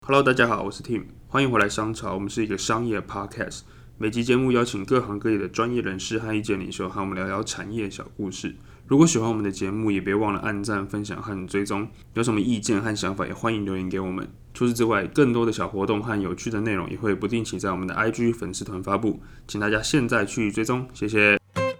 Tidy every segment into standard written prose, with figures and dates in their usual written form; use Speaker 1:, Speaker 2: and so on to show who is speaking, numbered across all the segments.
Speaker 1: Hello，大家好，我是 Tim，欢迎回来商潮。我们是一个商业 podcast，每集节目邀请各行各业的专业人士和意见领袖，和我们聊聊产业小故事。如果喜欢我们的节目，也别忘了按赞、分享和追踪。有什么意见和想法，也欢迎留言给我们。除此之外，更多的小活动和有趣的内容也会不定期在我们的 IG 粉丝团发布，请大家现在去追踪，谢谢。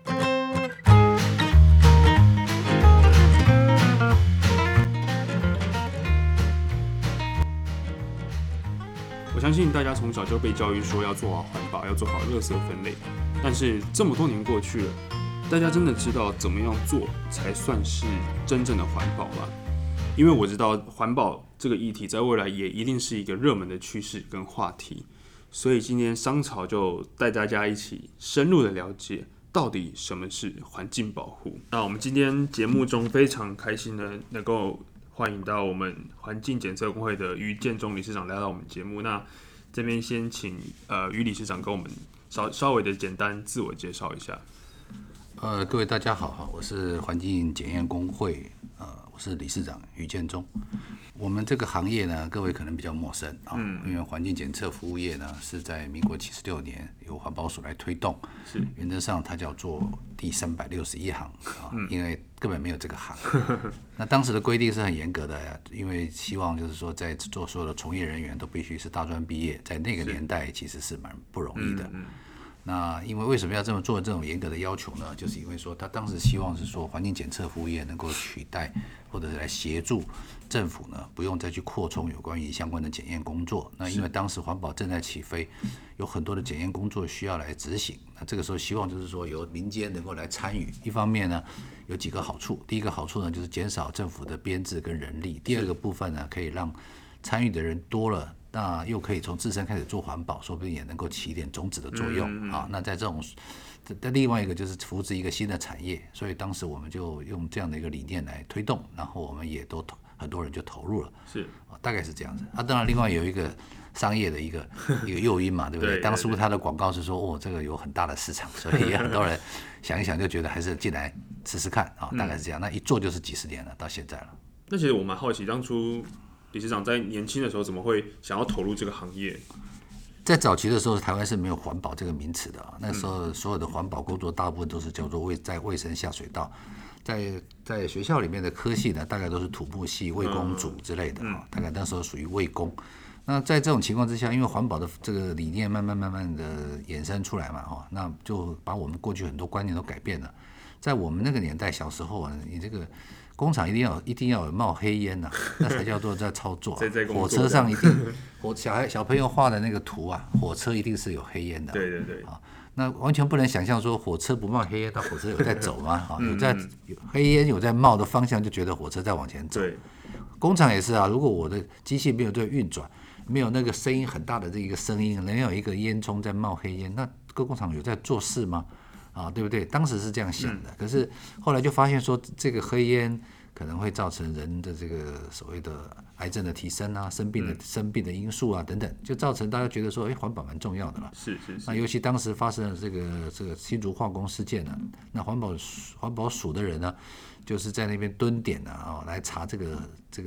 Speaker 1: 我相信大家从小就被教育说要做好环保，要做好垃圾分类。但是这么多年过去了，大家真的知道怎么样做才算是真正的环保吗？因为我知道环保这个议题在未来也一定是一个热门的趋势跟话题，所以今天商潮就带大家一起深入的了解到底什么是环境保护。那我们今天节目中非常开心的能够欢迎到我们环境检测工会的于建中理事长来到我们节目。那这边先请于理事长跟我们稍微的简单自我介绍一下。
Speaker 2: 各位大家好，我是环境检验工会，我是理事长于建中。我们这个行业呢，各位可能比较陌生啊，因为环境检测服务业呢是在民国76年由环保署来推动，原则上它叫做第361行啊，因为根本没有这个行。那当时的规定是很严格的，因为希望就是说在做所有的从业人员都必须是大专毕业，在那个年代其实是蛮不容易的。那因为为什么要这么做这种严格的要求呢？就是因为说他当时希望是说环境检测服务业能够取代或者是来协助政府呢，不用再去扩充有关于相关的检验工作。那因为当时环保正在起飞，有很多的检验工作需要来执行。那这个时候希望就是说由民间能够来参与。一方面呢有几个好处，第一个好处呢就是减少政府的编制跟人力，第二个部分呢可以让参与的人多了。那又可以从自身开始做环保，说不定也能够起一点种子的作用啊。那在这种，另外一个就是扶植一个新的产业，所以当时我们就用这样的一个理念来推动，然后我们也都很多人就投入了，大概是这样子。当然另外有一个商业的一个诱因嘛，对不对？当初他的广告是说，这个有很大的市场，所以也很多人想一想就觉得还是进来试试看啊，大概是这样。那一做就是几十年了，到现在了。
Speaker 1: 那其实我蛮好奇，当初理事长在年轻的时候怎么会想要投入这个行业？
Speaker 2: 在早期的时候，台湾是没有环保这个名词的。那时候所有的环保工作大部分都是叫做在卫生下水道，在学校里面的科系呢，大概都是土木系、卫工组之类的大概那时候属于卫工。那在这种情况之下，因为环保的这个理念慢慢的衍生出来嘛，那就把我们过去很多观念都改变了。在我们那个年代小时候啊，你这个工厂一定要有冒黑烟那才叫做在操作。火车上一定，小朋友画的那个图啊，火车一定是有黑烟的。
Speaker 1: 对。
Speaker 2: 那完全不能想象说火车不冒黑烟，但火车有在走吗？有黑烟有在冒的方向，就觉得火车在往前走。
Speaker 1: 对，
Speaker 2: 工厂也是啊，如果我的机器没有在运转，没有那个声音很大的这个声音，能有一个烟囱在冒黑烟，那各工厂有在做事吗？对不对？当时是这样想的，可是后来就发现说，这个黑烟可能会造成人的这个所谓的癌症的提升啊，生病的因素啊等等，就造成大家觉得说，环保蛮重要的了。
Speaker 1: 是。
Speaker 2: 那尤其当时发生了这个新竹化工事件呢，那环保署的人呢，就是在那边蹲点来查这个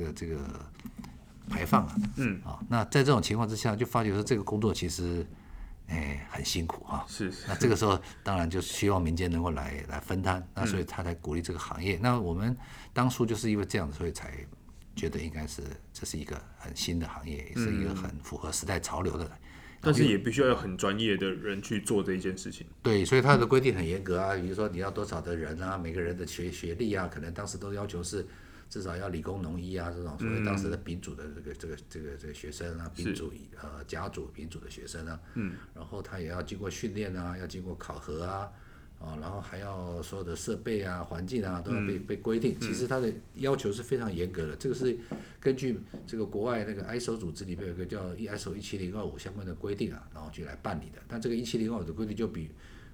Speaker 2: 排放那在这种情况之下，就发觉说这个工作其实很辛苦
Speaker 1: 是。
Speaker 2: 那这个时候当然就希望民间能够来分担，那所以他才鼓励这个行业。那我们当初就是因为这样子，所以才觉得应该是这是一个很新的行业，也是一个很符合时代潮流的。
Speaker 1: 但是也必须要有很专业的人去做这一件事情。
Speaker 2: 对，所以他的规定很严格比如说你要多少的人每个人的学历可能当时都要求是至少要理工农医这种，所以当时的丙组的这个学生丙组甲组丙组的学生然后他也要经过训练要经过考核然后还要所有的设备环境都要被规定。其实它的要求是非常严格的，这个是根据这个国外那个 ISO 组织里面有一个叫 ISO 17025相关的规定然后去来办理的。但这个17025的规定就比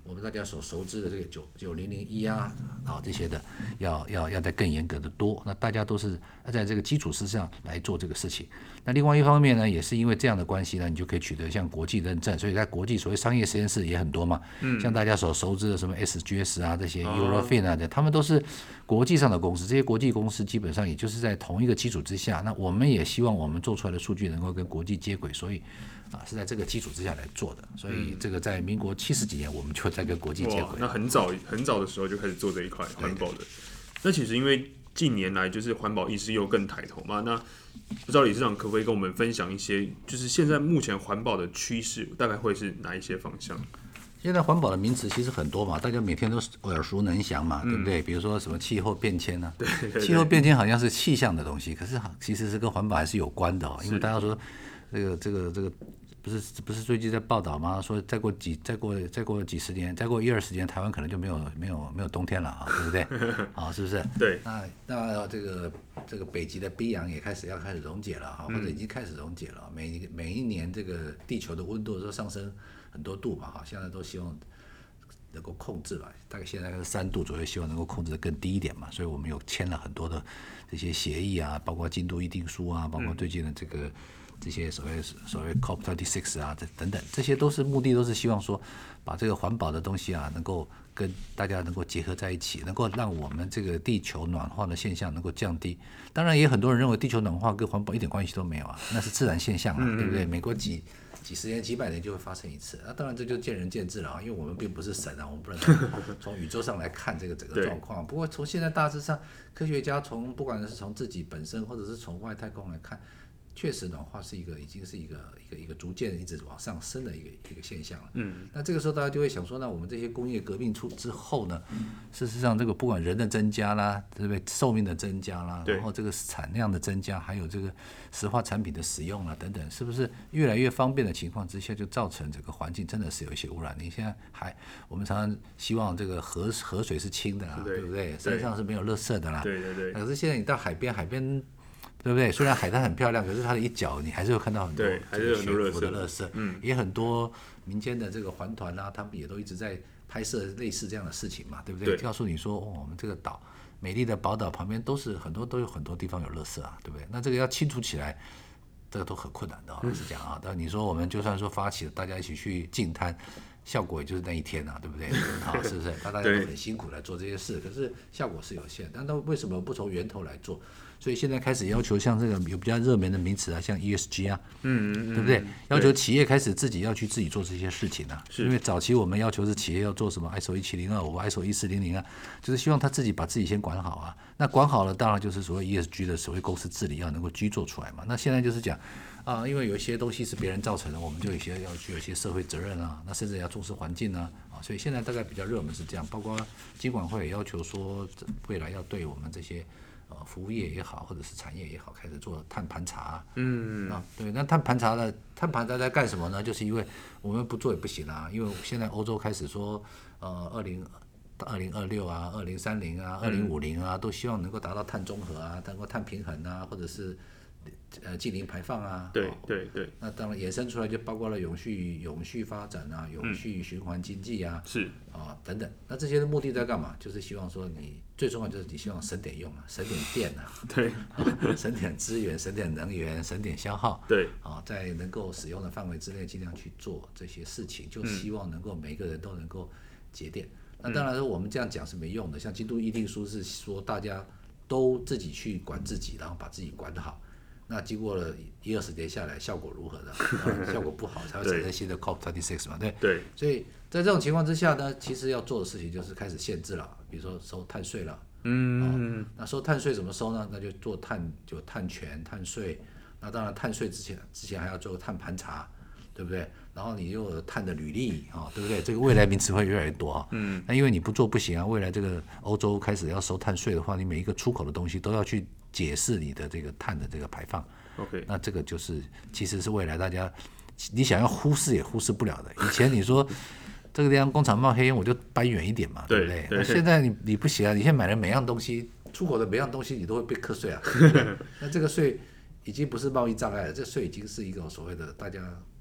Speaker 2: 我们大家所熟知的这个9001啊这些的要再更严格的多。那大家都是在这个基础之上来做这个事情。那另外一方面呢，也是因为这样的关系呢，你就可以取得像国际认证，所以在国际所谓商业实验室也很多嘛，像大家所熟知的什么 SGS 啊这些 Eurofin 啊他们都是国际上的公司，这些国际公司基本上也就是在同一个基础之下，那我们也希望我们做出来的数据能够跟国际接轨，所以是在这个基础之下来做的，所以这个在民国70几年我们就在跟国际接轨。
Speaker 1: 那很早的时候就开始做这一块环保的。那其实因为近年来就是环保意识又更抬头嘛，那不知道理事长可不可以跟我们分享一些，就是现在目前环保的趋势大概会是哪一些方向？
Speaker 2: 现在环保的名词其实很多嘛，大家每天都耳熟能详嘛，对不对？比如说什么气候变迁啊，
Speaker 1: 对，
Speaker 2: 气候变迁好像是气象的东西，可是其实是跟环保还是有关的因为大家说这个不是最近在报道吗？说再过几十年，再过10-20年，台湾可能就没有冬天了对不对？是不是？
Speaker 1: 对。
Speaker 2: 那这个北极的冰洋也开始溶解了或者已经开始溶解了。每一年这个地球的温度都上升很多度嘛现在都希望能够控制吧，大概现在是3度左右，希望能够控制得更低一点嘛。所以我们有签了很多的这些协议啊，包括京都议定书啊，包括最近的这些所谓 COP26 啊，等等，这些目的都是希望说，把这个环保的东西啊，能够跟大家能够结合在一起，能够让我们这个地球暖化的现象能够降低。当然，也很多人认为地球暖化跟环保一点关系都没有那是自然现象对不对？美国几十年、几百年就会发生一次当然这就见仁见智了因为我们并不是神我们不能从宇宙上来看这个整个状况。不过从现在大致上，科学家不管是从自己本身，或者是从外太空来看。确实暖化已经是一个逐渐一直往上升的一个现象了。那这个时候大家就会想说，那我们这些工业革命之后呢，事实上这个不管人的增加啦，对不对？寿命的增加啦，然后这个产量的增加，还有这个石化产品的使用啦等等，是不是越来越方便的情况之下，就造成这个环境真的是有一些污染？你现在我们常常希望这个河水是清的啦，对不对？山上是没有垃圾的啦。
Speaker 1: 对。
Speaker 2: 可是现在你到海边。对不对？虽然海滩很漂亮，可是它的一角你还是会看到很多悬浮的垃圾，也很多民间的这个环团他们也都一直在拍摄类似这样的事情嘛，对不对？告诉你说，我们这个岛美丽的宝岛旁边都有很多地方有垃圾对不对？那这个要清除起来，这个都很困难的是讲但你说我们就算说发起了，大家一起去净滩。效果也就是那一天对不对？是不是？大家都很辛苦来做这些事，可是效果是有限。但为什么不从源头来做？所以现在开始要求像这个有比较热门的名词像 ESG 对不对？要求企业开始自己做这些事情因为早期我们要求是企业要做什么 ISO 17025、ISO 1400就是希望他自己把自己先管好那管好了，当然就是所谓 ESG 的所谓公司治理要能够居做出来嘛。那现在就是讲。因为有一些东西是别人造成的，我们就有一些社会责任那甚至要重视环境所以现在大概比较热门是这样，包括金管会也要求说，未来要对我们这些服务业也好，或者是产业也好，开始做碳盘查对，那碳盘查在干什么呢？就是因为我们不做也不行因为现在欧洲开始说2026、2030、2050都希望能够达到碳中和能够碳平衡或者是。净零排放
Speaker 1: 对。
Speaker 2: 那当然衍生出来就包括了永续发展永续循环经济
Speaker 1: 是
Speaker 2: 等等。那这些的目的在干嘛？就是希望说你最重要就是你希望省点用省点电
Speaker 1: 对，
Speaker 2: 省点资源，省点能源，省点消耗。
Speaker 1: 对
Speaker 2: 在能够使用的范围之内，尽量去做这些事情，就希望能够每个人都能够节电。那当然说我们这样讲是没用的，像京都议定书是说大家都自己去管自己，然后把自己管好。那经过了10-20年下来，效果如何的？效果不好才会产生新的 COP26 嘛，
Speaker 1: 对。
Speaker 2: 所以在这种情况之下呢，其实要做的事情就是开始限制了，比如说收碳税了。那收碳税怎么收呢？那就做碳权、碳税。那当然碳税之前还要做碳盘查，对不对？然后你又有碳的履历对不对？这个未来名词会越来越多那因为你不做不行未来这个欧洲开始要收碳税的话，你每一个出口的东西都要去解释你的这个碳的这个排放。那这个其实是未来大家你想要忽视也忽视不了的。以前你说这个地方工厂冒黑烟，我就搬远一点嘛，对不对？那现在你不行你现在买了每样东西，出口的每样东西你都会被课税那这个税已经不是贸易障碍了，这税已经是一个所谓的大家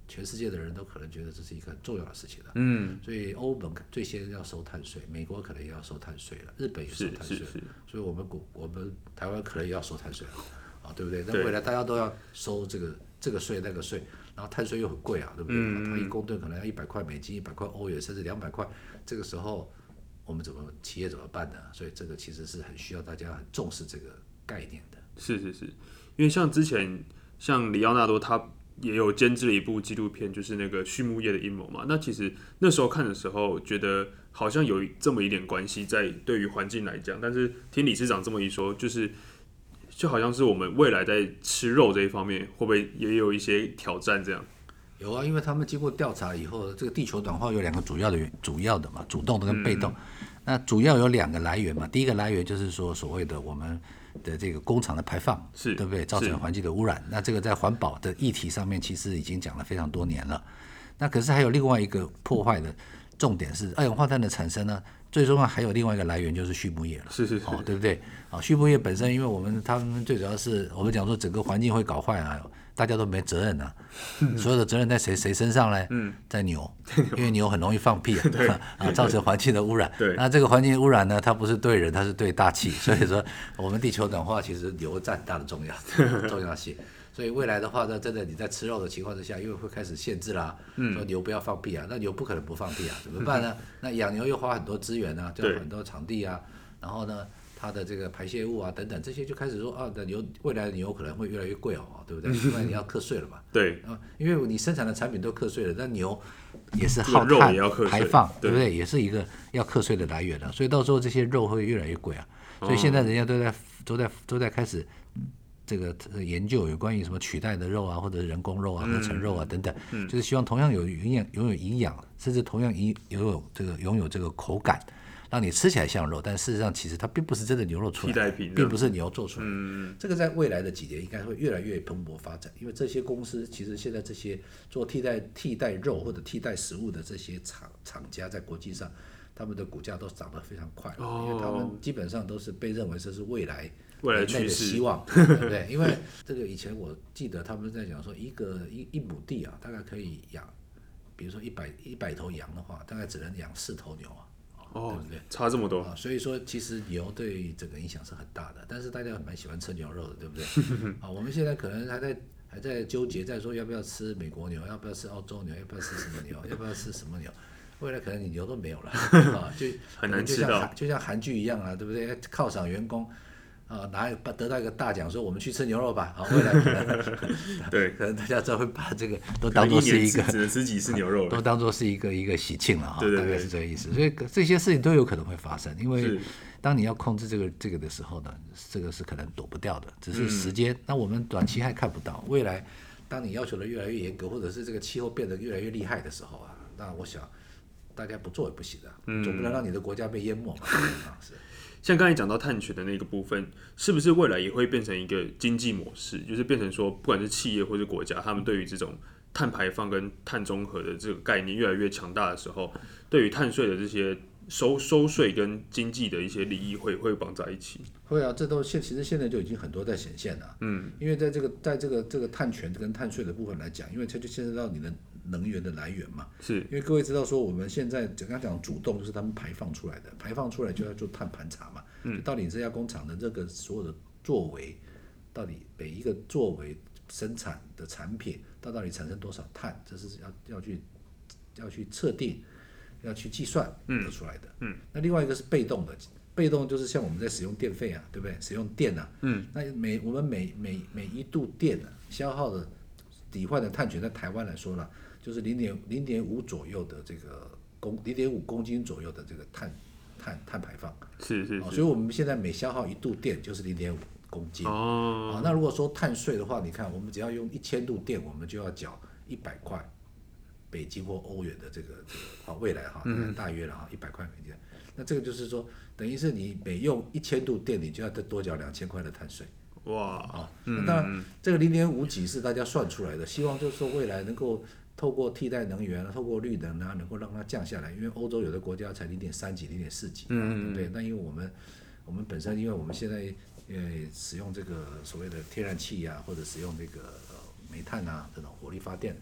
Speaker 2: 全世界的人都可能觉得这是一个很重要的事情了。所以欧盟最先要收碳税，美国可能也要收碳税了，日本也收碳税，所以我们台湾可能也要收碳税了，对不对？那未来大家都要收这个税那个税，然后碳税又很贵啊，对不对？它一公吨可能要$100、100欧元，甚至200，这个时候我们企业怎么办呢？所以这个其实是很需要大家很重视这个概念的。
Speaker 1: 是，因为像之前像里奥纳多他也有监制了一部纪录片，就是那个畜牧业的阴谋嘛。那其实那时候看的时候，觉得好像有这么一点关系在对于环境来讲，但是听理事长这么一说，就好像是我们未来在吃肉这一方面，会不会也有一些挑战这样？
Speaker 2: 有啊，因为他们经过调查以后，这个地球暖化有2个主要的嘛，主动的跟被动。那主要有2个来源嘛，第一个来源就是说所谓的我们的这个工厂的排放，对不对？造成环境的污染。那这个在环保的议题上面，其实已经讲了非常多年了。那可是还有另外一个破坏的重点是二氧化碳的产生呢，最重要还有另外一个来源就是畜牧业了，对不对？畜牧业本身，因为他们最主要是我们讲说整个环境会搞坏啊，大家都没责任啊，所有的责任在谁身上呢？在牛，因为牛很容易放屁造成环境的污染。那这个环境污染呢，它不是对人，它是对大气，所以说我们地球暖化其实牛占大的重要性。所以未来的话呢，真的你在吃肉的情况之下，因为会开始限制啦，说牛不要放屁啊，那牛不可能不放屁啊，怎么办呢？那养牛又花很多资源啊，就很多场地啊，然后呢，它的这个排泄物啊等等这些就开始说未来的牛可能会越来越贵对不对？因为你要课税了嘛。
Speaker 1: 对，
Speaker 2: 因为你生产的产品都课税了，那牛也是耗碳排放，对不对？也是一个要课税的来源了，所以到时候这些肉会越来越贵啊。所以现在人家都在开始。这个研究有关于什么取代的肉啊，或者人工肉啊、合成肉啊等等，就是希望同样拥有营养，甚至同样拥有这个口感，让你吃起来像肉，但事实上其实它并不是真的牛肉出来的，并不是牛做出来的。这个在未来的几年应该会越来越蓬勃发展，因为这些公司其实现在这些做替代肉或者替代食物的这些厂家在国际上，他们的股价都涨得非常快，因为他们基本上都是被认为这是未来的希望，对不对？因为这个以前我记得他们在讲说，一亩地啊，大概可以养，比如说100头羊的话，大概只能养4头牛对不对？
Speaker 1: 差这么多
Speaker 2: 所以说其实牛对整个影响是很大的，但是大家蛮喜欢吃牛肉的，对不对？我们现在可能还在纠结在说要不要吃美国牛，要不要吃澳洲牛，要不要吃什么牛，要不要吃什么牛。未来可能你牛都没有了就
Speaker 1: 很难吃到，
Speaker 2: 就像韩剧一样啊，对不对？犒赏员工得到一个大奖，说我们去吃牛肉吧。未来可能对，可能大家就会把这个都当作是一个
Speaker 1: 只能吃几次牛肉了，
Speaker 2: 都当作是一个喜庆了大概是这个意思。所以这些事情都有可能会发生，因为当你要控制这个的时候呢，这个是可能躲不掉的，只是时间。那我们短期还看不到，未来当你要求的越来越严格，或者是这个气候变得越来越厉害的时候那我想大家不做也不行总不能让你的国家被淹没嘛。是。
Speaker 1: 像刚才讲到碳权的那个部分，是不是未来也会变成一个经济模式？就是变成说，不管是企业或是国家，他们对于这种碳排放跟碳中和的这个概念越来越强大的时候，对于碳税的这些收税跟经济的一些利益会绑在一起？
Speaker 2: 会啊，其实现在就已经很多在显现了。因为在这个碳权跟碳税的部分来讲，因为它就牵涉到你的能源的来源嘛。
Speaker 1: 是
Speaker 2: 因为各位知道说，我们现在刚刚讲主动就是他们排放出来的，排放出来就要做碳盘查嘛。到底这家工厂的这个所有的作为，到底每一个作为生产的产品，到底产生多少碳，这是要去测定，要去计算得出来的。那另外一个是被动的。被动就是像我们在使用电费对不对？使用电那我们每一度电消耗的抵换的碳权，在台湾来说呢，就是0.5左右的这个0.5公斤左右的这个碳排放。
Speaker 1: 是。
Speaker 2: 所以我们现在每消耗1度电就是0.5公斤。那如果说碳税的话，你看我们只要用1000度电，我们就要缴100块北京或欧元的这个未来大约了100块美金。那这个就是说，等于是你每用1000度电，你就要再多缴2000块的碳税。
Speaker 1: 哇！
Speaker 2: 那当然，这个0.5几是大家算出来的，希望就是说未来能够透过替代能源，透过绿能能够让它降下来。因为欧洲有的国家才0.3几、0.4几，对不对？那因为我们本身，因为我们现在使用这个所谓的天然气或者使用这个煤炭这种火力发电，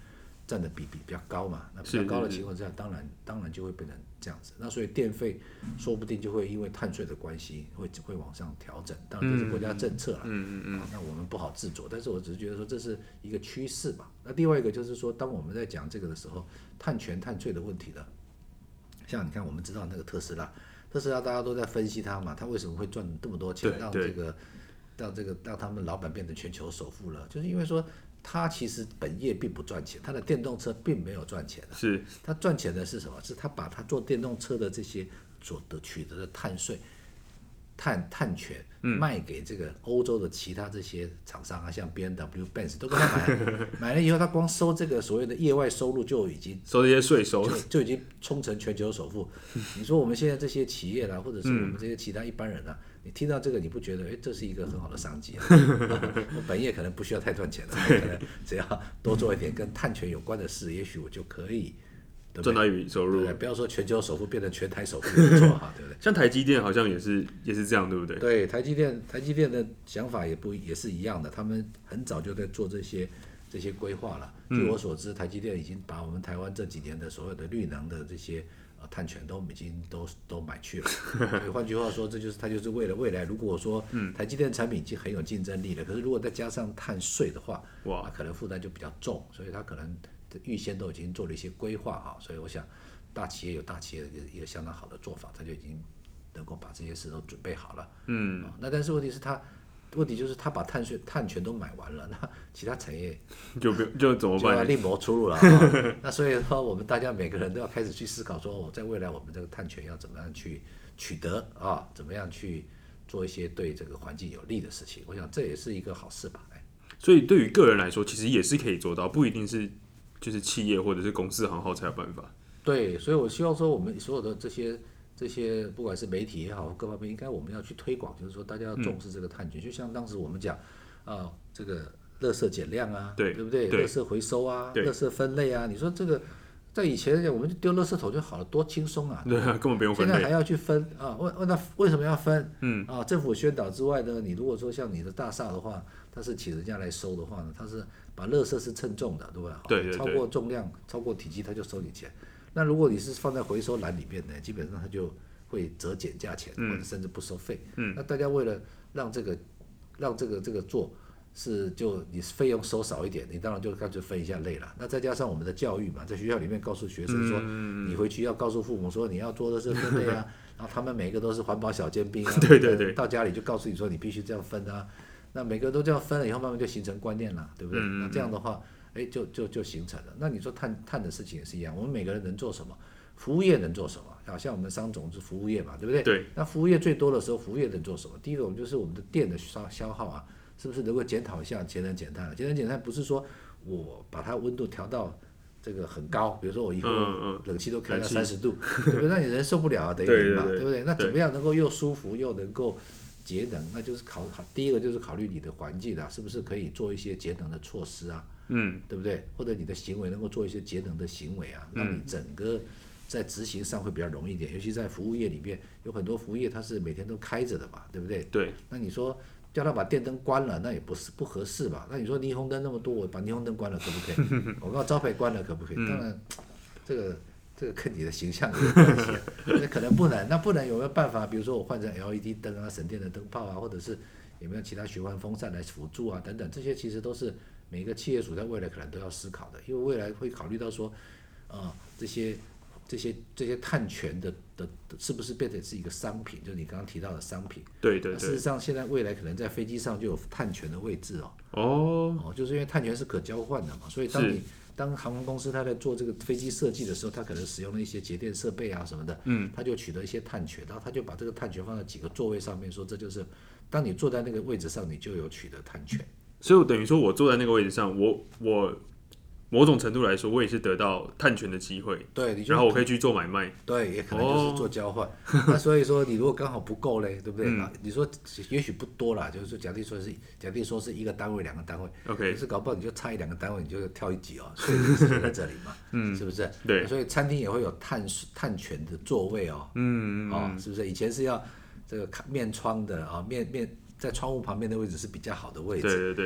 Speaker 2: 占的比较高嘛，那比较高的情况之下，当然就会变成这样子。那所以电费说不定就会因为碳税的关系会往上调整，当然这是国家政策啦，那我们不好自作，但是我只是觉得说这是一个趋势嘛。那另外一个就是说，当我们在讲这个的时候，碳权碳税的问题呢，像你看我们知道那个特斯拉大家都在分析它嘛，它为什么会赚这么多钱，让他们老板变成全球首富了，就是因为说他其实本业并不赚钱，他的电动车并没有赚钱的，
Speaker 1: 是
Speaker 2: 他赚钱的是什么？是他把他做电动车的这些取得的碳税、碳权卖给这个欧洲的其他这些厂商啊，像 BMW、Benz 都跟他买了以后，他光收这个所谓的业外收入就已经
Speaker 1: 收这些税收
Speaker 2: 就已经冲成全球首富。你说我们现在这些企业啦，或者是我们这些其他一般人啊，你听到这个，你不觉得这是一个很好的商机啊？我本业可能不需要太赚钱了，可能只要多做一点跟碳权有关的事，也许我就可以
Speaker 1: 赚到一笔收入。
Speaker 2: 不要说全球首富变成全台首富也不错哈，对不对？
Speaker 1: 像台积电好像也是这样，对不对？
Speaker 2: 对，台积电的想法也是一样的，他们很早就在做这些规划了。据我所知，台积电已经把我们台湾这几年的所有的绿能的这些碳权已经都买去了。所以换句话说，它就是为了未来，如果说台积电产品已经很有竞争力了，可是如果再加上碳税的话，哇，可能负担就比较重，所以它可能预先都已经做了一些规划哈。所以我想，大企业有大企业的一个相当好的做法，它就已经能够把这些事都准备好了。那但是问题就是他把碳权都买完了，那其他产业
Speaker 1: 就怎么办？
Speaker 2: 就要另谋出路了。那所以说，我们大家每个人都要开始去思考说，在未来我们这个碳权要怎么样去取得啊？怎么样去做一些对这个环境有利的事情？我想这也是一个好事吧。
Speaker 1: 所以对于个人来说，其实也是可以做到，不一定是就是企业或者是公司行号才有办法。
Speaker 2: 对，所以我希望说，我们所有的这些不管是媒体也好，各方面应该我们要去推广，就是说大家要重视这个碳权。就像当时我们讲这个垃圾减量啊，对不对？垃圾回收啊，垃圾分类啊，你说这个在以前我们就丢垃圾桶就好了，多轻松啊！
Speaker 1: 对啊，根本不用分类。
Speaker 2: 现在还要去分啊？那为什么要分？政府宣导之外呢，你如果说像你的大厦的话，它是请人家来收的话呢，它是把垃圾是称重的，对不对？
Speaker 1: 对，
Speaker 2: 超过重量、超过体积，它就收你钱。那如果你是放在回收篮里面呢，基本上它就会折减价钱，或者甚至不收费。那大家为了让这个做就你费用收少一点，你当然就干脆分一下类了。那再加上我们的教育嘛，在学校里面告诉学生说，你回去要告诉父母说你要做的是分类啊，然后他们每个都是环保小尖兵啊，
Speaker 1: 对，
Speaker 2: 到家里就告诉你说你必须这样分啊。那每个都这样分了以后，慢慢就形成观念了，对不对？那这样的话，就形成了。那你说碳的事情也是一样，我们每个人能做什么？服务业能做什么？好像我们商总是服务业嘛，对不对？
Speaker 1: 对。
Speaker 2: 那服务业最多的时候，服务业能做什么？第一个，我们就是我们的电的消耗啊，是不是能够检讨一下节能减碳？节能减碳不是说我把它温度调到这个很高，比如说我以后冷气都开到30度，对不对？那你人受不了啊，等于嘛，对不对？那怎么样能够又舒服又能够节能？那就是第一个就是考虑你的环境啊，是不是可以做一些节能的措施啊？对不对？或者你的行为能够做一些节能的行为啊，让你整个在执行上会比较容易一点。尤其在服务业里面，有很多服务业它是每天都开着的嘛，对不对？
Speaker 1: 对。
Speaker 2: 那你说叫他把电灯关了，那也不合适吧？那你说霓虹灯那么多，我把霓虹灯关了可不可以？我告招牌关了可不可以？当然，这个跟你的形象有关系，那可能不能。那不能有没有办法？比如说我换成 LED 灯啊，省电的灯泡啊，或者是有没有其他循环风扇来辅助啊？等等，这些其实都是每个企业主在未来可能都要思考的，因为未来会考虑到说，这些碳权的是不是变成是一个商品？就是你刚刚提到的商品。
Speaker 1: 对。
Speaker 2: 事实上，现在未来可能在飞机上就有碳权的位置就是因为碳权是可交换的嘛，所以当航空公司它在做这个飞机设计的时候，它可能使用了一些节电设备啊什么的，它就取得一些碳权，然后它就把这个碳权放在几个座位上面，说这就是当你坐在那个位置上，你就有取得碳权。
Speaker 1: 所以等于说我坐在那个位置上，我某种程度来说，我也是得到碳权的机会。
Speaker 2: 对，
Speaker 1: 然后我可以去做买卖。
Speaker 2: 对，也可能就是做交换。那所以说，你如果刚好不够嘞，对不对？你说也许不多啦，就是说假定说是一个单位、2个单位
Speaker 1: ，OK，
Speaker 2: 可是搞不好你就差1-2个单位，你就跳一级所以是在这里嘛，是不是？
Speaker 1: 对。
Speaker 2: 所以餐厅也会有碳权的座位是不是？以前是要这个面窗的面在窗户旁边的位置是比较好的位置。
Speaker 1: 对。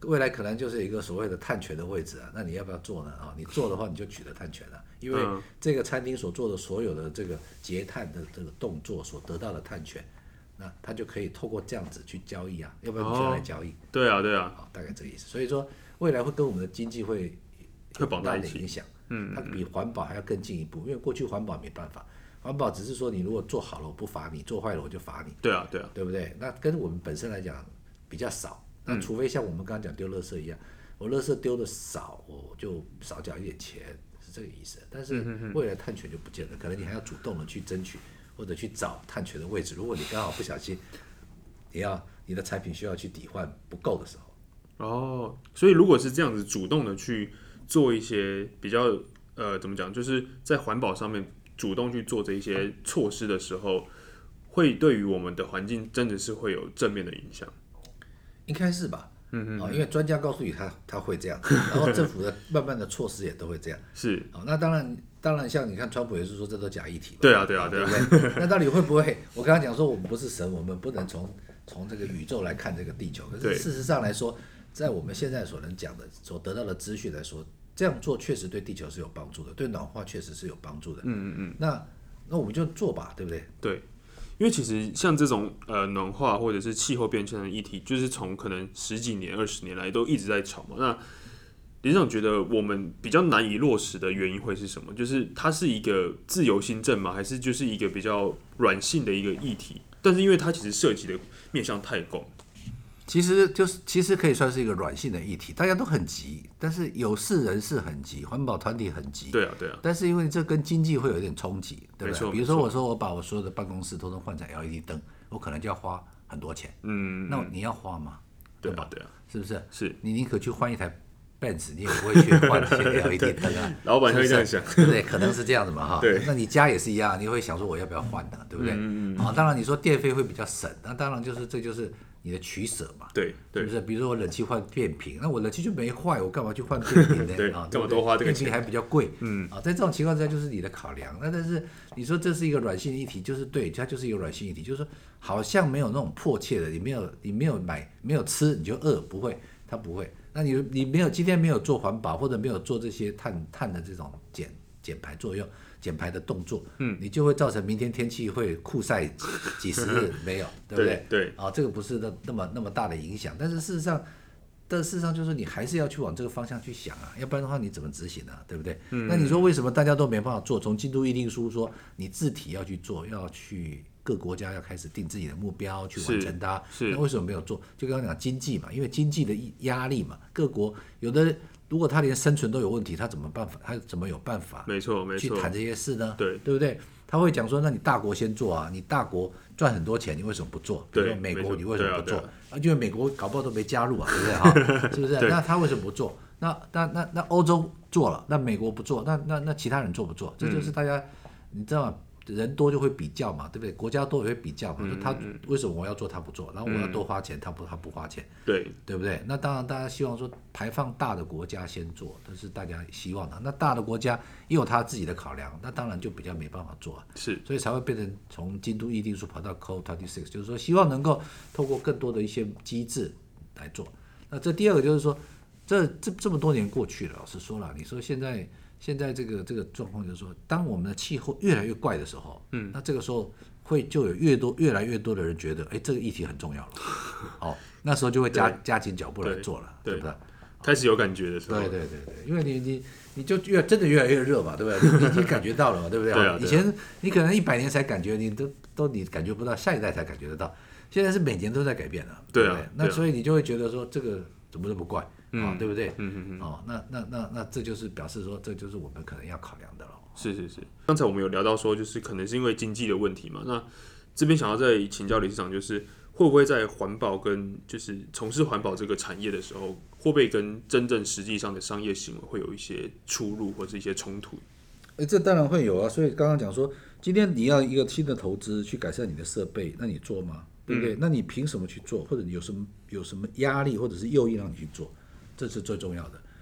Speaker 2: 未来可能就是有一个所谓的碳权的位置啊，那你要不要做呢？你做的话你就取得碳权了，因为这个餐厅所做的所有的这个节碳的这个动作所得到的碳权，那他就可以透过这样子去交易啊，要不然你现在来交易？
Speaker 1: 对啊，对啊，
Speaker 2: 大概这个意思。所以说未来会跟我们的经济会
Speaker 1: 绑在一起
Speaker 2: 影响，它比环保还要更进一步，因为过去环保没办法。环保只是说你如果做好了我不罚你，做坏了我就罚你。
Speaker 1: 对啊，对啊，
Speaker 2: 对不对？那跟我们本身来讲比较少，那除非像我们刚刚讲丢垃圾一样，我垃圾丢的少，我就少缴一点钱，是这个意思。但是未来碳权就不见了，可能你还要主动的去争取或者去找碳权的位置。如果你刚好不小心，你的产品需要去抵换不够的时
Speaker 1: 候，所以如果是这样子主动的去做一些比较怎么讲，就是在环保上面。主动去做这一些措施的时候，会对于我们的环境真的是会有正面的影响，
Speaker 2: 应该是吧？因为专家告诉你他会这样，然后政府的慢慢的措施也都会这样。
Speaker 1: 是，
Speaker 2: 那当然像你看川普也是说这都假议题嘛。
Speaker 1: 对啊，
Speaker 2: 对不对？那到底会不会？我刚刚讲说我们不是神，我们不能从这个宇宙来看这个地球。可是事实上来说，在我们现在所能讲的、所得到的资讯来说。这样做确实对地球是有帮助的，对暖化确实是有帮助的。那我们就做吧，对不对？
Speaker 1: 对，因为其实像这种暖化或者是气候变迁的议题，就是从可能10几年、20年来都一直在吵嘛。那理事长觉得我们比较难以落实的原因会是什么？就是它是一个自由新政吗？还是就是一个比较软性的一个议题？但是因为它其实涉及的面向太广。
Speaker 2: 其实可以算是一个软性的议题，大家都很急，但是有事人士很急，环保团体很急。
Speaker 1: 对啊，对啊。
Speaker 2: 但是因为这跟经济会有一点冲击，对不对？比如说我把我所有的办公室都换成 LED 灯，我可能就要花很多钱。那你要花吗？
Speaker 1: 对吧？对啊，
Speaker 2: 是不是？
Speaker 1: 是。
Speaker 2: 你宁可去换一台 Benz， 你也不会去换这些 LED 灯啊。
Speaker 1: 老板会这样想，
Speaker 2: 对不对？可能是这样子嘛，哈。
Speaker 1: 对。
Speaker 2: 那你家也是一样，你会想说我要不要换的，对不对？当然你说电费会比较省，那当然这就是你的取舍嘛，
Speaker 1: 对，
Speaker 2: 是不是？比如说我冷气换变频，那我冷气就没坏，我干嘛去换变频呢？
Speaker 1: 对，干嘛多花这个钱？
Speaker 2: 变频还比较贵，在这种情况之下就是你的考量。那但是你说这是一个软性议题，就是对，它就是一个软性议题，就是说好像没有那种迫切的，你没有买没有吃你就饿，不会，它不会。那你没有今天没有做环保或者没有做这些碳的这种减排作用。减排的动作，你就会造成明天天气会酷晒几十日没有，对不对？
Speaker 1: 对，
Speaker 2: 这个不是那么大的影响，但是事实上就是你还是要去往这个方向去想啊，要不然的话你怎么执行呢？对不对？那你说为什么大家都没办法做？从京都议定书说你自体要去做，要去各国家要开始定自己的目标去完成它，那为什么没有做？就刚刚讲经济嘛，因为经济的压力嘛，各国有的。如果他连生存都有问题，他怎么有办法？
Speaker 1: 没错，
Speaker 2: 去谈这些事呢？
Speaker 1: 对
Speaker 2: 不对？他会讲说，那你大国先做啊，你大国赚很多钱，你为什么不做？比如说美国，你为什么不做？因为美国搞不好都没加入啊，对不对？哈，是不是？那他为什么不做？那欧洲做了，那美国不做，那其他人做不做？这就是大家，你知道吗？人多就会比较嘛，对不对？国家多也会比较嘛，他为什么我要做他不做，然后我要多花钱，他不花钱，对不对？那当然大家希望说排放大的国家先做，这是大家希望的。那大的国家也有他自己的考量，那当然就比较没办法做啊，所以才会变成从京都议定书跑到 COP26， 就是说希望能够透过更多的一些机制来做。那这第二个就是说，这么多年过去了，老实说了，你说现在这个状况就是说，当我们的气候越来越怪的时候，那这个时候就有越来越多的人觉得，这个议题很重要了，那时候就会加紧脚步来做了，对不对？
Speaker 1: 开始有感觉的时候，
Speaker 2: 对，因为你就真的越来越热嘛，对不对？你已经感觉到了嘛，对不对？以前你可能100年才感觉，你感觉不到，下一代才感觉得到，现在是每年都在改变了，对不对？那所以你就会觉得说，这个怎么这么怪？对不对？那这就是表示说，这就是我们可能要考量的了。
Speaker 1: 是。刚才我们有聊到说，就是可能是因为经济的问题嘛。那这边想要再请教理事长，就是会不会在环保跟就是从事环保这个产业的时候，会不会跟真正实际上的商业行为会有一些出入或是一些冲突？
Speaker 2: 这当然会有啊。所以刚刚讲说，今天你要一个新的投资去改善你的设备，那你做吗？对不对？那你凭什么去做？或者你有什么压力或者是诱因让你去做？这是最重要的。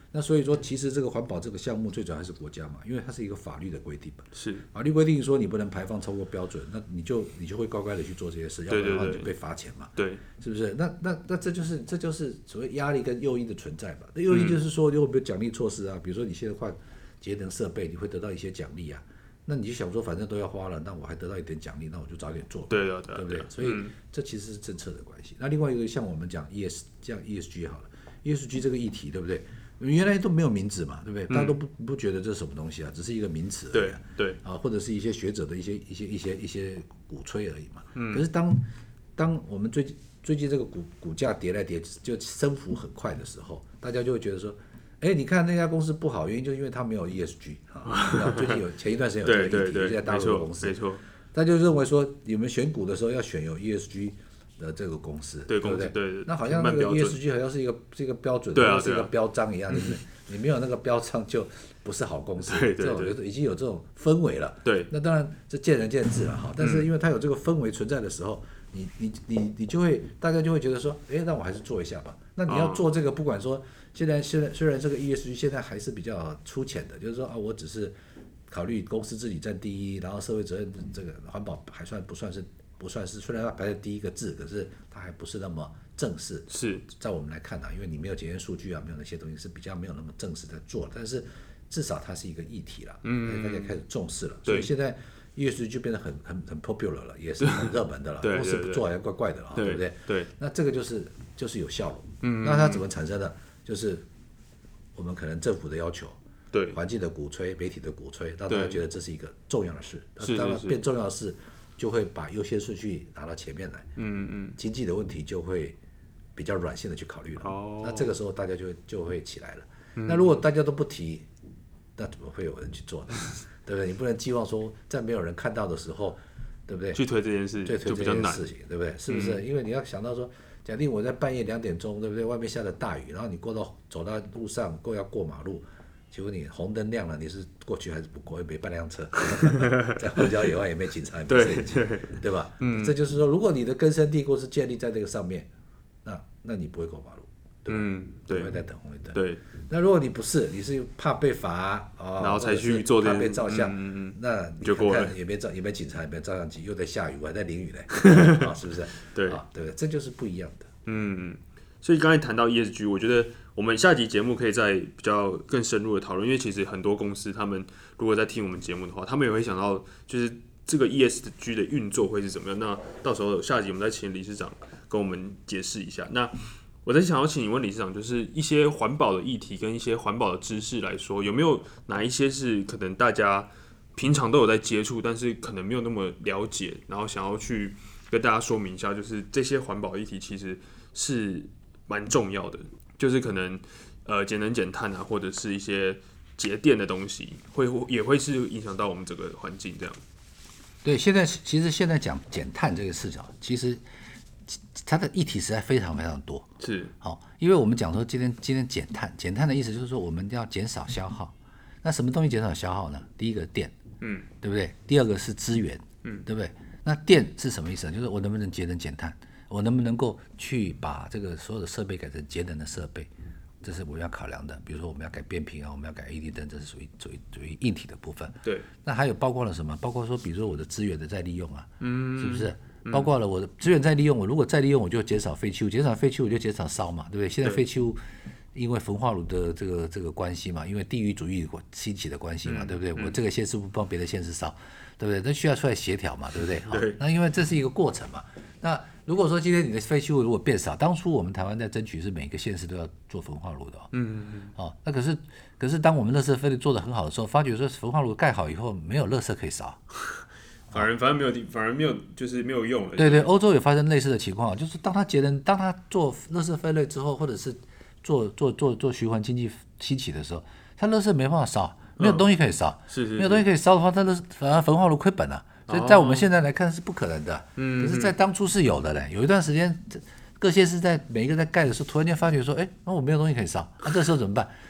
Speaker 3: 那所以说，其实这个环保这个项目最主要还是国家嘛，因为它是一个法律的规定嘛。
Speaker 1: 是
Speaker 3: 法律规定说你不能排放超过标准，那你就会乖乖的去做这些事，要不然的话你就被罚钱嘛。
Speaker 1: 对，
Speaker 3: 是不是？那这就是所谓压力跟诱因的存在嘛。那诱因就是说，有没有奖励措施啊？比如说你现在换节能设备，你会得到一些奖励啊。那你就想说，反正都要花了，那我还得到一点奖励，那我就早点做。
Speaker 1: 对
Speaker 3: 不对？所以这其实是政策的关系。那另外一个像我们讲 ESG 好了 ，ESG 这个议题对不对？原来都没有名字嘛，对不对？大家都不觉得这是什么东西啊，只是一个名词而已啊。
Speaker 1: 对
Speaker 3: 啊，或者是一些学者的一些鼓吹而已嘛。可是当我们最近这个股价跌来跌就升幅很快的时候，大家就会觉得说，哎，你看那家公司不好，原因就是因为它没有 ESG 啊。最近前一段时间有这个议题，在大陆的公司，
Speaker 1: 没错，
Speaker 3: 大家就认为说，你们选股的时候要选有 ESG 的这个公司，
Speaker 1: 对
Speaker 3: 不对？
Speaker 1: 对，
Speaker 3: 那好像那个 ESG 好像是一个标准，是一个标章一样，对不对？你没有那个标章就不是好公司，这种已经有这种氛围了。
Speaker 1: 对，
Speaker 3: 那当然这见仁见智了哈。但是因为它有这个氛围存在的时候，你就会大家就会觉得说，哎，那我还是做一下吧。那你要做这个，不管说现在虽然这个 ESG 现在还是比较粗浅的，就是说啊，我只是考虑公司治理占第一，然后社会责任这个环保还不算是，虽然它排在第一个字，可是它还不是那么正式。
Speaker 1: 是
Speaker 3: 在我们来看因为你没有检验数据啊，没有那些东西是比较没有那么正式在做，但是至少它是一个议题了，大家开始重视了，所以现在 ESG 就变得很 popular 了，也是很热门的了。公司不做还怪怪的了，对不对？
Speaker 1: 对，
Speaker 3: 那这个就是有效了。那它怎么产生的？就是我们可能政府的要求。
Speaker 1: 对，
Speaker 3: 环境的鼓吹，媒体的鼓吹，让大家觉得这是一个重要的事。当然变重要的事，就会把优先顺序拿到前面来。经济的问题就会比较软性的去考虑了。那这个时候大家就会起来了。那如果大家都不提，那怎么会有人去做呢？对不对？你不能寄望说在没有人看到的时候，对不对？
Speaker 1: 去推这件事，就比较难，
Speaker 3: 对不对？是不是？因为你要想到说，假定我在半夜2点钟，对不对？外面下着大雨，然后你走到路上要过马路。请问你红灯亮了，你是过去还是不过？也没半辆车，在荒郊野外也没警察，也没摄影机，对吧？这就是说，如果你的根深蒂固是建立在这个上面，那你不会过马路，对吧？你会在等红绿灯。
Speaker 1: 对。
Speaker 3: 那如果你不是，你是怕被罚
Speaker 1: 然后才去做
Speaker 3: 怕被照相，那你看看也没警察，也没照相机，又在下雨，还在淋雨嘞，是不是？
Speaker 1: 对，
Speaker 3: 对不对？这就是不一样的。
Speaker 1: 所以刚才谈到 ESG， 我觉得我们下集节目可以再比较更深入的讨论，因为其实很多公司他们如果在听我们节目的话，他们也会想到就是这个 ESG 的运作会是怎么样。那到时候下集我们再请理事长跟我们解释一下。那我在想要请你问理事长，就是一些环保的议题跟一些环保的知识来说，有没有哪一些是可能大家平常都有在接触，但是可能没有那么了解，然后想要去跟大家说明一下，就是这些环保议题其实是蛮重要的，就是可能节能减碳啊，或者是一些节电的东西，也会是影响到我们整个环境这样。
Speaker 3: 对，其实现在讲减碳这个事情，其实它的议题实在非常非常多。
Speaker 1: 是，
Speaker 3: 因为我们讲说今天减碳的意思就是说我们要减少消耗。那什么东西减少消耗呢？第一个电，对不对？第二个是资源，对不对？那电是什么意思呢？就是我能不能节能减碳？我能不能够去把这个所有的设备改成节能的设备？这是我们要考量的。比如说我们要改变频啊，我们要改 LED 灯，这是属于硬体的部分。
Speaker 1: 对。
Speaker 3: 那还有包括了什么？包括说，比如说我的资源的再利用啊，是不是？包括了我的资源再利用，我如果再利用，我就减少废弃物，减少废弃物我就减少烧嘛，对不对？现在废弃物因为焚化炉的这个关系嘛，因为地域主义兴起的关系嘛，对不对？我这个县市不帮别的县市烧，对不对？那需要出来协调嘛，对不对？
Speaker 1: 对。
Speaker 3: 那因为这是一个过程嘛。那如果说今天你的废弃物如果变少，当初我们台湾在争取是每个县市都要做焚化炉的那可是当我们垃圾分类做得很好的时候，发觉说焚化炉盖好以后没有垃圾可以烧，
Speaker 1: 反而没有就是没有用了。
Speaker 3: 对，欧洲也发生类似的情况，就是当他做垃圾分类之后，或者是做循环经济兴起的时候，他垃圾没办法烧，没有东西可以烧，没有东西可以烧的话，反而焚化炉亏本了。所以在我们现在来看是不可能的，可是在当初是有的嘞。有一段时间，各县市在每一个在盖的时候，突然间发觉说，哎，我没有东西可以烧，这时候怎么办？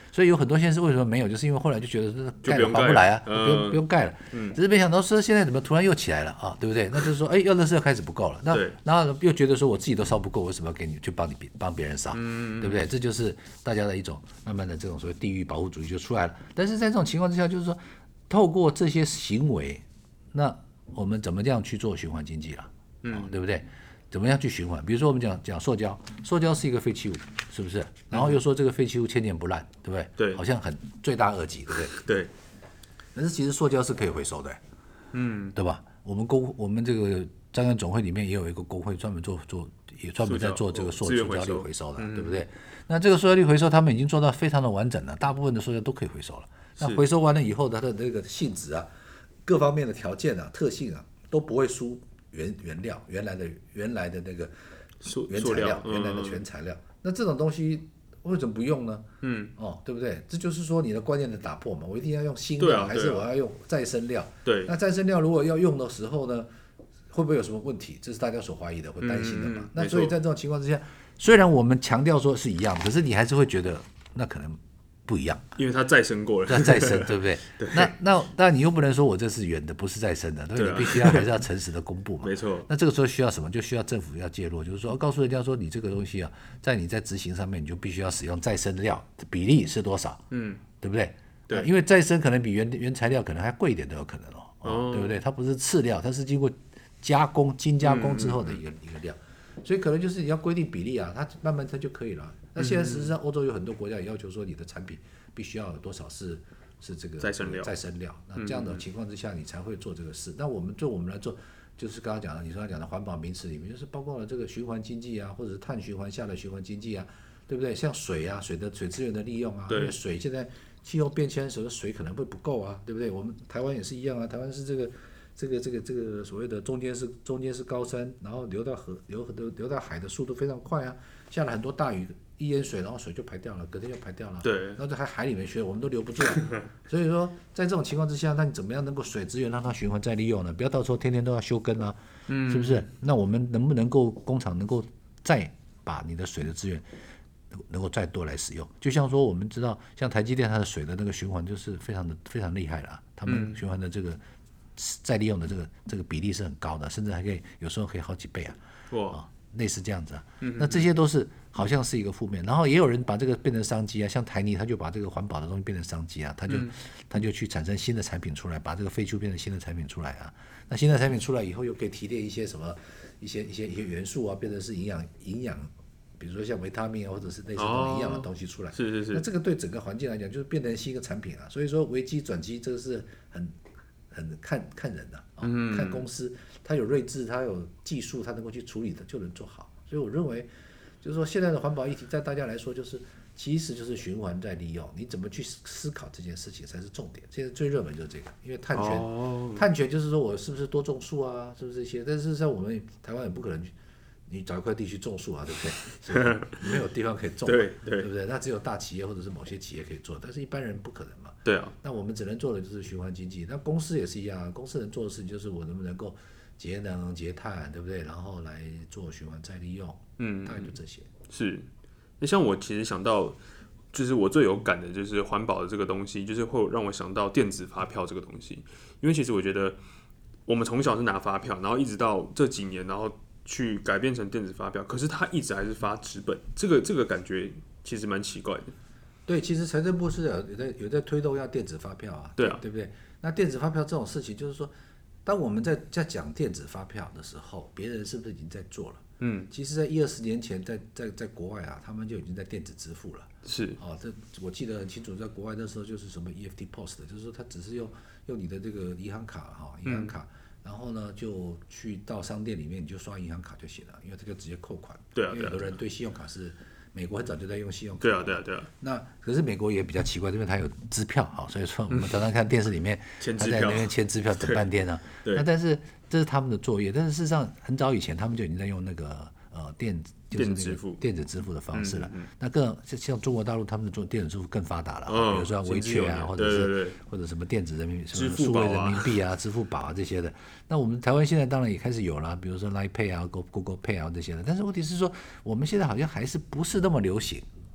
Speaker 3: 所以有很多县市为什么没有，就是因为后来就觉得盖了划不来啊，不用盖了。只是没想到说现在怎么突然又起来了啊，对不对？那就是说，哎，要垃圾开始不够了，那然后又觉得说我自己都烧不够，为什么要给你去帮别人烧，对不对？这就是大家的一种慢慢的这种所谓地域保护主义就出来了。但是在这种情况之下，就是说透过这些行为，那我们怎么这样去做循环经济了？对不对？怎么样去循环？比如说我们讲塑胶，塑胶是一个废弃物，是不是？然后又说这个废弃物千年不烂，对不对？
Speaker 1: 对，
Speaker 3: 好像很罪大恶极，对不对？
Speaker 1: 对。
Speaker 3: 可是其实塑胶是可以回收的，对吧？我们这个张园总会里面也有一个工会专门也专门在做这个塑胶粒回收的，对不对？那这个塑胶粒回收，他们已经做到非常的完整了，大部分的塑胶都可以回收了。那回收完了以后，它的那个性质啊，各方面的条件啊、特性啊，都不会输原料原来的那个原材料，原来的全材料。那这种东西为什么不用呢？对不对？这就是说你的观念的打破嘛。我一定要用新料，还是我要用再生料？
Speaker 1: 对。
Speaker 3: 那再生料如果要用的时候呢，会不会有什么问题？这是大家所怀疑的，会担心的嘛。那所以在这种情况之下，虽然我们强调说是一样，可是你还是会觉得那可能不一样，
Speaker 1: 因为它再生过了，
Speaker 3: 它再生，对不对？对。那你又不能说我这是原的，不是再生的，对，你必须还是要诚实的公布嘛。
Speaker 1: 没错。
Speaker 3: 那这个时候需要什么？就需要政府要介入，就是说告诉人家说，你这个东西啊，你在执行上面，你就必须要使用再生料，比例是多少？对不对？对。因为再生可能比原材料可能还贵一点都有可能对不对？它不是次料，它是经过精加工之后的一个料。所以可能就是你要规定比例啊，它慢慢它就可以了。那现在事实上，欧洲有很多国家也要求说，你的产品必须要有多少是这个再生料。那这样的情况之下，你才会做这个事。那我们来做，就是刚刚讲的，你说讲的环保名词里面，就是包括了这个循环经济啊，或者是碳循环下的循环经济啊，对不对？像水啊，水资源的利用啊，因为水现在气候变迁的时候，水可能会不够啊，对不对？我们台湾也是一样啊，台湾是这个所谓的中间是高山，然后流到海的速度非常快啊，下了很多大雨，一淹水，然后水就排掉了，隔天就排掉了。
Speaker 1: 对。
Speaker 3: 然后在海里面学，我们都留不住啊。所以说，在这种情况之下，那你怎么样能够水资源让它循环再利用呢？不要到时候天天都要休耕啊，是不是？那我们能不能够工厂能够再把你的水的资源能够再多来使用？就像说我们知道，像台积电它的水的那个循环就是非常厉害了啊，他们循环的这个再利用的这个比例是很高的，甚至还可以有时候可以好几倍啊。哇。类似这样子啊，那这些都是好像是一个负面，然后也有人把这个变成商机啊，像台泥他就把这个环保的东西变成商机啊，他就去产生新的产品出来，把这个废弃物变成新的产品出来啊，那新的产品出来以后又可以提炼一些什么一些元素啊，变成是营养，比如说像维他命啊，或者是类似这种营养的东西出来，
Speaker 1: 是，
Speaker 3: 那这个对整个环境来讲就是变成新一个产品啊，所以说危机转机这个是很看人的看公司，他有睿智，他有技术，他能够去处理的就能做好。所以我认为，就是说现在的环保议题，在大家来说其实就是循环再利用，你怎么去思考这件事情才是重点。现在最热门就是这个，因为碳权就是说我是不是多种树啊，是不是这些？但事实上我们台湾也不可能你找一块地去种树啊，对不对？是没有地方可以种，对不对？那只有大企业或者是某些企业可以做，但是一般人不可能嘛。
Speaker 1: 对啊。
Speaker 3: 那我们只能做的就是循环经济。那公司也是一样，公司能做的事情就是我能不能够节能节碳，对不对？然后来做循环再利用，大概就这些。
Speaker 1: 是。那像我其实想到，就是我最有感的就是环保的这个东西，就是会让我想到电子发票这个东西。因为其实我觉得我们从小是拿发票，然后一直到这几年，然后去改变成电子发票，可是它一直还是发纸本，这个感觉其实蛮奇怪的。
Speaker 3: 对，其实财政部是有在推动要电子发票啊，对不对？那电子发票这种事情，就是说，当我们在讲电子发票的时候，别人是不是已经在做了？其实，在10-20年前，在国外啊，他们就已经在电子支付了。
Speaker 1: 是。
Speaker 3: 这我记得很清楚，在国外那时候就是什么 EFT POS 的，就是说他只是用你的这个银行卡然后呢，就去到商店里面，你就刷银行卡就行了，因为这个直接扣款。
Speaker 1: 对啊。
Speaker 3: 因为有的人对信用卡是。美国很早就在用信用卡。
Speaker 1: 对啊。
Speaker 3: 那可是美国也比较奇怪，因为它有支票，所以说我们常常看电视里面，他在那边签支票等半天啊。那但是这是他们的作业，但是事实上很早以前他们就已经在用那个电子支付的方式了。那更像中国大陆他们的做电子支付更发达了，比如说微确啊，或者什么电子人民币、数位人民币啊、支付宝啊这些的。那我们台湾现在当然也开始有了，比如说 Line Pay 啊、Google Pay 啊这些的。但是问题是说，我们现在好像还是不是那么流行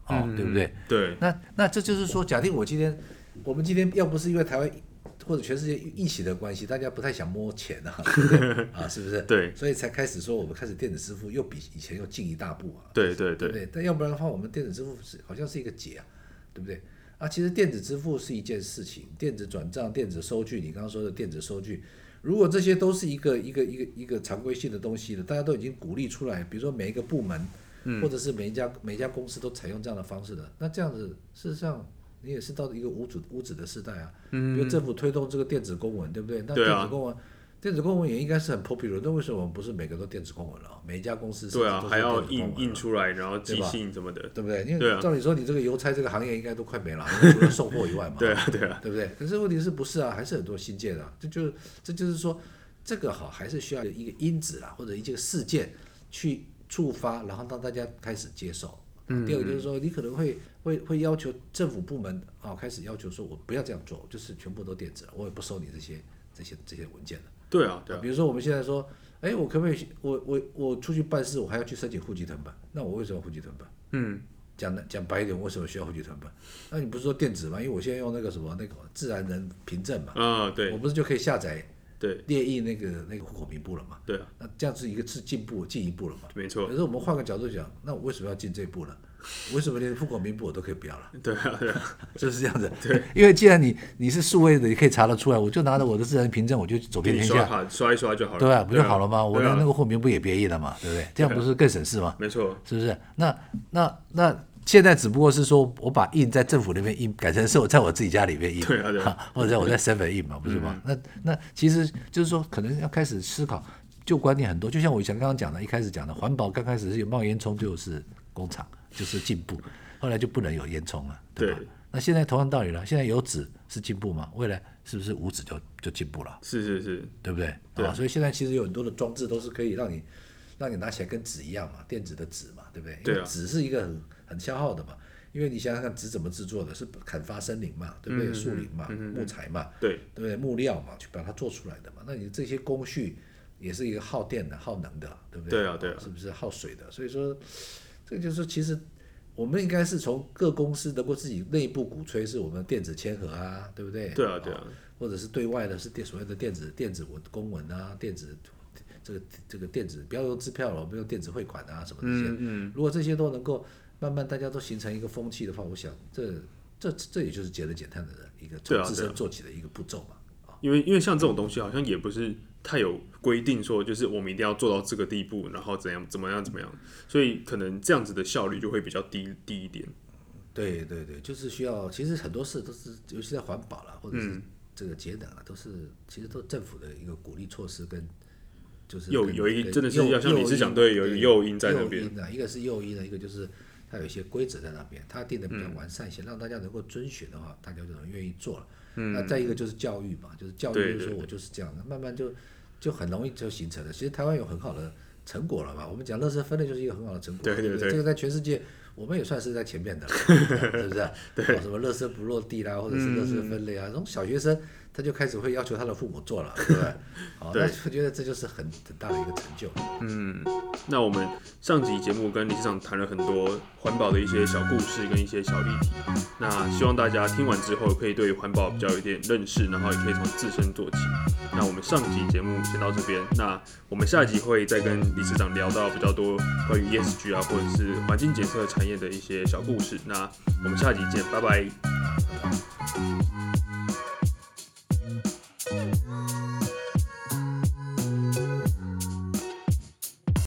Speaker 3: 对不对？
Speaker 1: 对。
Speaker 3: 那这就是说，假定我们今天要不是因为台湾或者全世界疫情的关系，大家不太想摸钱啊，对不对啊？是不是？
Speaker 1: 对。
Speaker 3: 所以才开始说我们开始电子支付又比以前又进一大步啊。
Speaker 1: 对。
Speaker 3: 对不对？但要不然的话，我们电子支付好像是一个结啊，对不对？啊，其实电子支付是一件事情，电子转账、电子收据，你刚刚说的电子收据，如果这些都是一个常规性的东西了，大家都已经鼓励出来，比如说每一个部门，或者是每一家公司都采用这样的方式的，那这样子事实上你也是到了一个无纸的时代啊。比如政府推动这个电子公文，对不对？那电子公文也应该是很 popular， 那为什么我们不是每个都电子公文了？每一家公司
Speaker 1: 对啊，还要印出来，然后寄信什么的，
Speaker 3: 对不对？因为照理说你这个邮差这个行业应该都快没了，除了送货以外嘛。
Speaker 1: 对啊，
Speaker 3: 对不对？可是问题是不是啊？还是很多新界的啊，这就是说这个还是需要一个因子啦，或者一个事件去触发，然后让大家开始接受。第二个就是说，你可能会要求政府部门开始要求说，我不要这样做，就是全部都电子了，我也不收你这些文件了。对啊。比如说我们现在说，我可不可以我出去办事，我还要去申请户籍誊本？那我为什么户籍誊本？讲白一点，为什么需要户籍誊本？那你不是说电子吗？因为我现在用那个自然人凭证嘛。
Speaker 1: 对。
Speaker 3: 我不是就可以下载？
Speaker 1: 对，
Speaker 3: 列印那个户口名簿了嘛？
Speaker 1: 对啊。
Speaker 3: 那这样是进一步了嘛？
Speaker 1: 没错。
Speaker 3: 可是我们换个角度讲，那我为什么要进这一步呢？为什么连户口名簿我都可以不要了？
Speaker 1: 对啊。
Speaker 3: 就是这样子。
Speaker 1: 对。
Speaker 3: 因为既然你是数位的，你可以查得出来，我就拿着我的自然凭证，我就走遍天下，
Speaker 1: 刷一刷就好了。
Speaker 3: 对吧？不就好了吗？我连那个户口名簿也别印了嘛，对不对？这样不是更省事吗？
Speaker 1: 没错。
Speaker 3: 是不是？那现在只不过是说我把印在政府那边印，改成是我在我自己家里面印，
Speaker 1: 对啊，
Speaker 3: 或者我在 7 印嘛，不是吗？那其实就是说，可能要开始思考，就观念很多。就像我刚刚讲的，一开始讲的环保，刚开始是有冒烟囱就是工厂，就是进步，后来就不能有烟囱了，对吧？那现在同样道理了，现在有纸是进步嘛？未来是不是无纸就进步了？
Speaker 1: 是，
Speaker 3: 对不对？
Speaker 1: 对啊。
Speaker 3: 所以现在其实有很多的装置都是可以让你拿起来跟纸一样嘛，电子的纸嘛，对不对？
Speaker 1: 对啊。
Speaker 3: 因为纸是一个很消耗的嘛。因为你想想看，纸怎么制作的？是砍伐森林嘛，对不对？树林嘛，木材嘛，
Speaker 1: 对
Speaker 3: 不对？木料嘛，去把它做出来的嘛。那你这些工序也是一个耗电的、耗能的，对不对？
Speaker 1: 对啊。
Speaker 3: 是不是耗水的？所以说，这个就是其实我们应该是从各公司能够自己内部鼓吹，是我们电子签合啊，对不对？
Speaker 1: 对啊。
Speaker 3: 或者是对外的是所谓的电子公文啊，电子这个电子不要用支票了，我们用电子汇款啊什么这些。如果这些都能够慢慢大家都形成一个风气的话，我想这也就是节能减碳的一个从自身做起的一个步骤嘛。
Speaker 1: 因为像这种东西好像也不是太有规定说，就是我们一定要做到这个地步，然后怎么样，所以可能这样子的效率就会比较低一点。
Speaker 3: 对，就是需要，其实很多事都是，尤其在环保啦，或者是这个节能啊，其实都政府的一个鼓励措施跟。就是有一真的是要像你是讲对，有一个诱因在那边。一个是诱因一个就是它有一些规则在那边，它定的比较完善一些，让大家能够遵循的话，大家就能愿意做了。那再一个就是教育嘛，就是教育就是说我就是这样，慢慢就很容易就形成了。其实台湾有很好的成果了嘛，我们讲垃圾分类就是一个很好的成果。对，这个在全世界我们也算是在前面的了，是不是？对。什么垃圾不落地啦，或者是垃圾分类啊，这种小学生。他就开始会要求他的父母做了，对不对？好，那我觉得这就是很大的一个成就。
Speaker 1: 那我们上集节目跟理事长谈了很多环保的一些小故事跟一些小议题，那希望大家听完之后可以对环保比较有一点认识，然后也可以从自身做起。那我们上集节目先到这边，那我们下一集会再跟理事长聊到比较多关于 ESG 啊，或者是环境检测产业的一些小故事。那我们下集见，拜拜。